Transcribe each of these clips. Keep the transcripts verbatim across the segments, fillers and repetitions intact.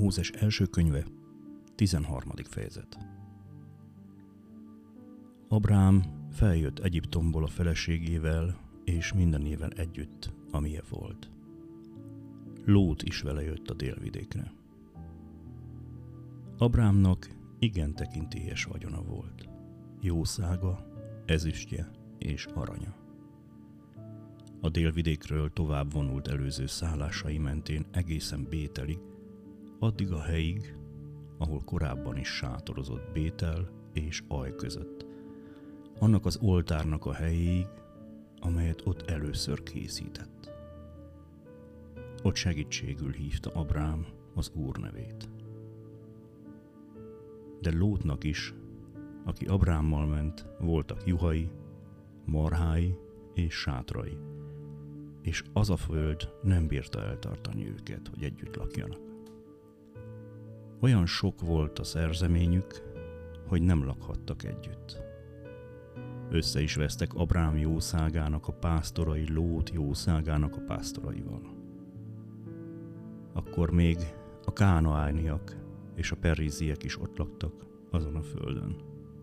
Mózes első könyve, tizenharmadik fejezet. Abrám feljött Egyiptomból a feleségével és mindenével együtt, amilyen volt. Lót is vele jött a délvidékre. Abrámnak igen tekintélyes vagyona volt, jószága, ezüstje és aranya. A délvidékről tovább vonult előző szállásai mentén egészen Bételig, addig a helyig, ahol korábban is sátorozott Bétel és Aj között, annak az oltárnak a helyéig, amelyet ott először készített. Ott segítségül hívta Abrám az Úr nevét. De Lótnak is, aki Abrámmal ment, voltak juhai, marhái és sátrai, és az a föld nem bírta eltartani őket, hogy együtt lakjanak. Olyan sok volt a szerzeményük, hogy nem lakhattak együtt. Össze is vesztek Abrám jószágának a pásztorai Lót jószágának a pásztoraival. Akkor még a kánaániak és a perizziek is ott laktak azon a földön.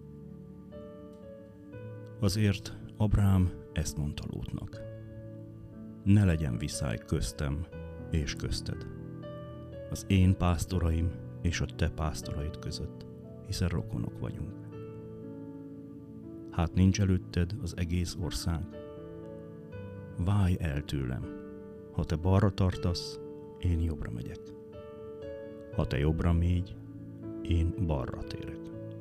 Azért Abrám ezt mondta Lótnak: ne legyen viszály köztem és közted, az én pásztoraim és a te pásztoraid között, hiszen rokonok vagyunk. Hát nincs előtted az egész ország? Válj el tőlem, ha te balra tartasz, én jobbra megyek. Ha te jobbra mégy, én balra térek.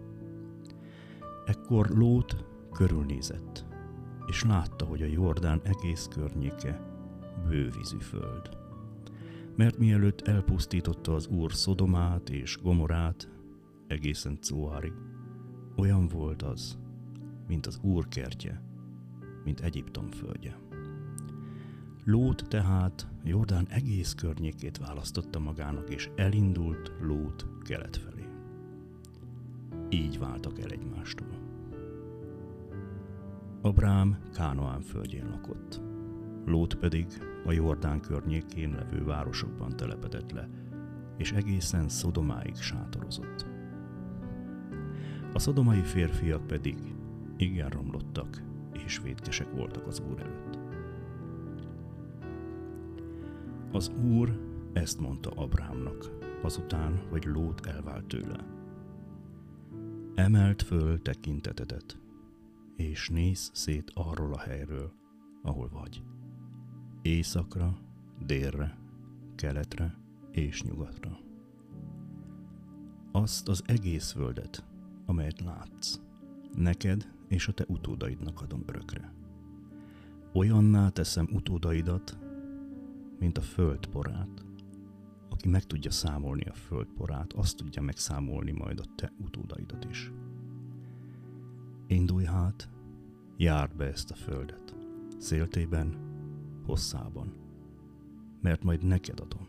Ekkor Lót körülnézett, és látta, hogy a Jordán egész környéke bővízű föld. Mert mielőtt elpusztította az Úr Szodomát és Gomorát egészen Cóárig, olyan volt az, mint az Úr kertje, mint Egyiptom földje. Lót tehát Jordán egész környékét választotta magának, és elindult Lót kelet felé. Így váltak el egymástól. Abrám Kánaán földjén lakott, Lót pedig a Jordán környékén levő városokban telepedett le, és egészen Szodomáig sátorozott. A szodomai férfiak pedig igen romlottak és vétkesek voltak az Úr előtt. Az Úr ezt mondta Abrámnak, azután, hogy Lót elvált tőle: emeld föl tekintetedet, és nézz szét arról a helyről, ahol vagy, északra, délre, keletre és nyugatra. Azt az egész földet, amelyet látsz, neked és a te utódaidnak adom örökre. Olyanná teszem utódaidat, mint a föld porát. Aki meg tudja számolni a föld porát, azt tudja megszámolni majd a te utódaidat is. Indulj hát, járd be ezt a földet, széltében, hosszában, mert majd neked adom.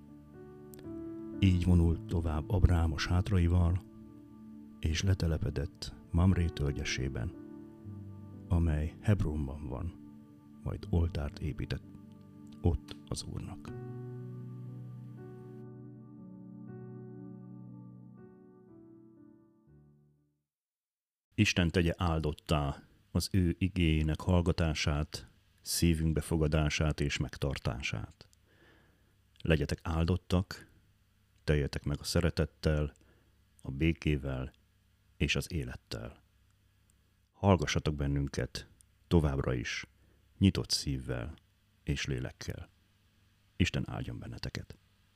Így vonult tovább Abrám a sátraival, és letelepedett Mamré tölgyesében, amely Hebronban van, majd oltárt épített ott az Úrnak. Isten tegye áldottá az ő igéjének hallgatását, szívünk befogadását és megtartását. Legyetek áldottak, teljetek meg a szeretettel, a békével és az élettel. Hallgassatok bennünket továbbra is, nyitott szívvel és lélekkel. Isten áldjon benneteket!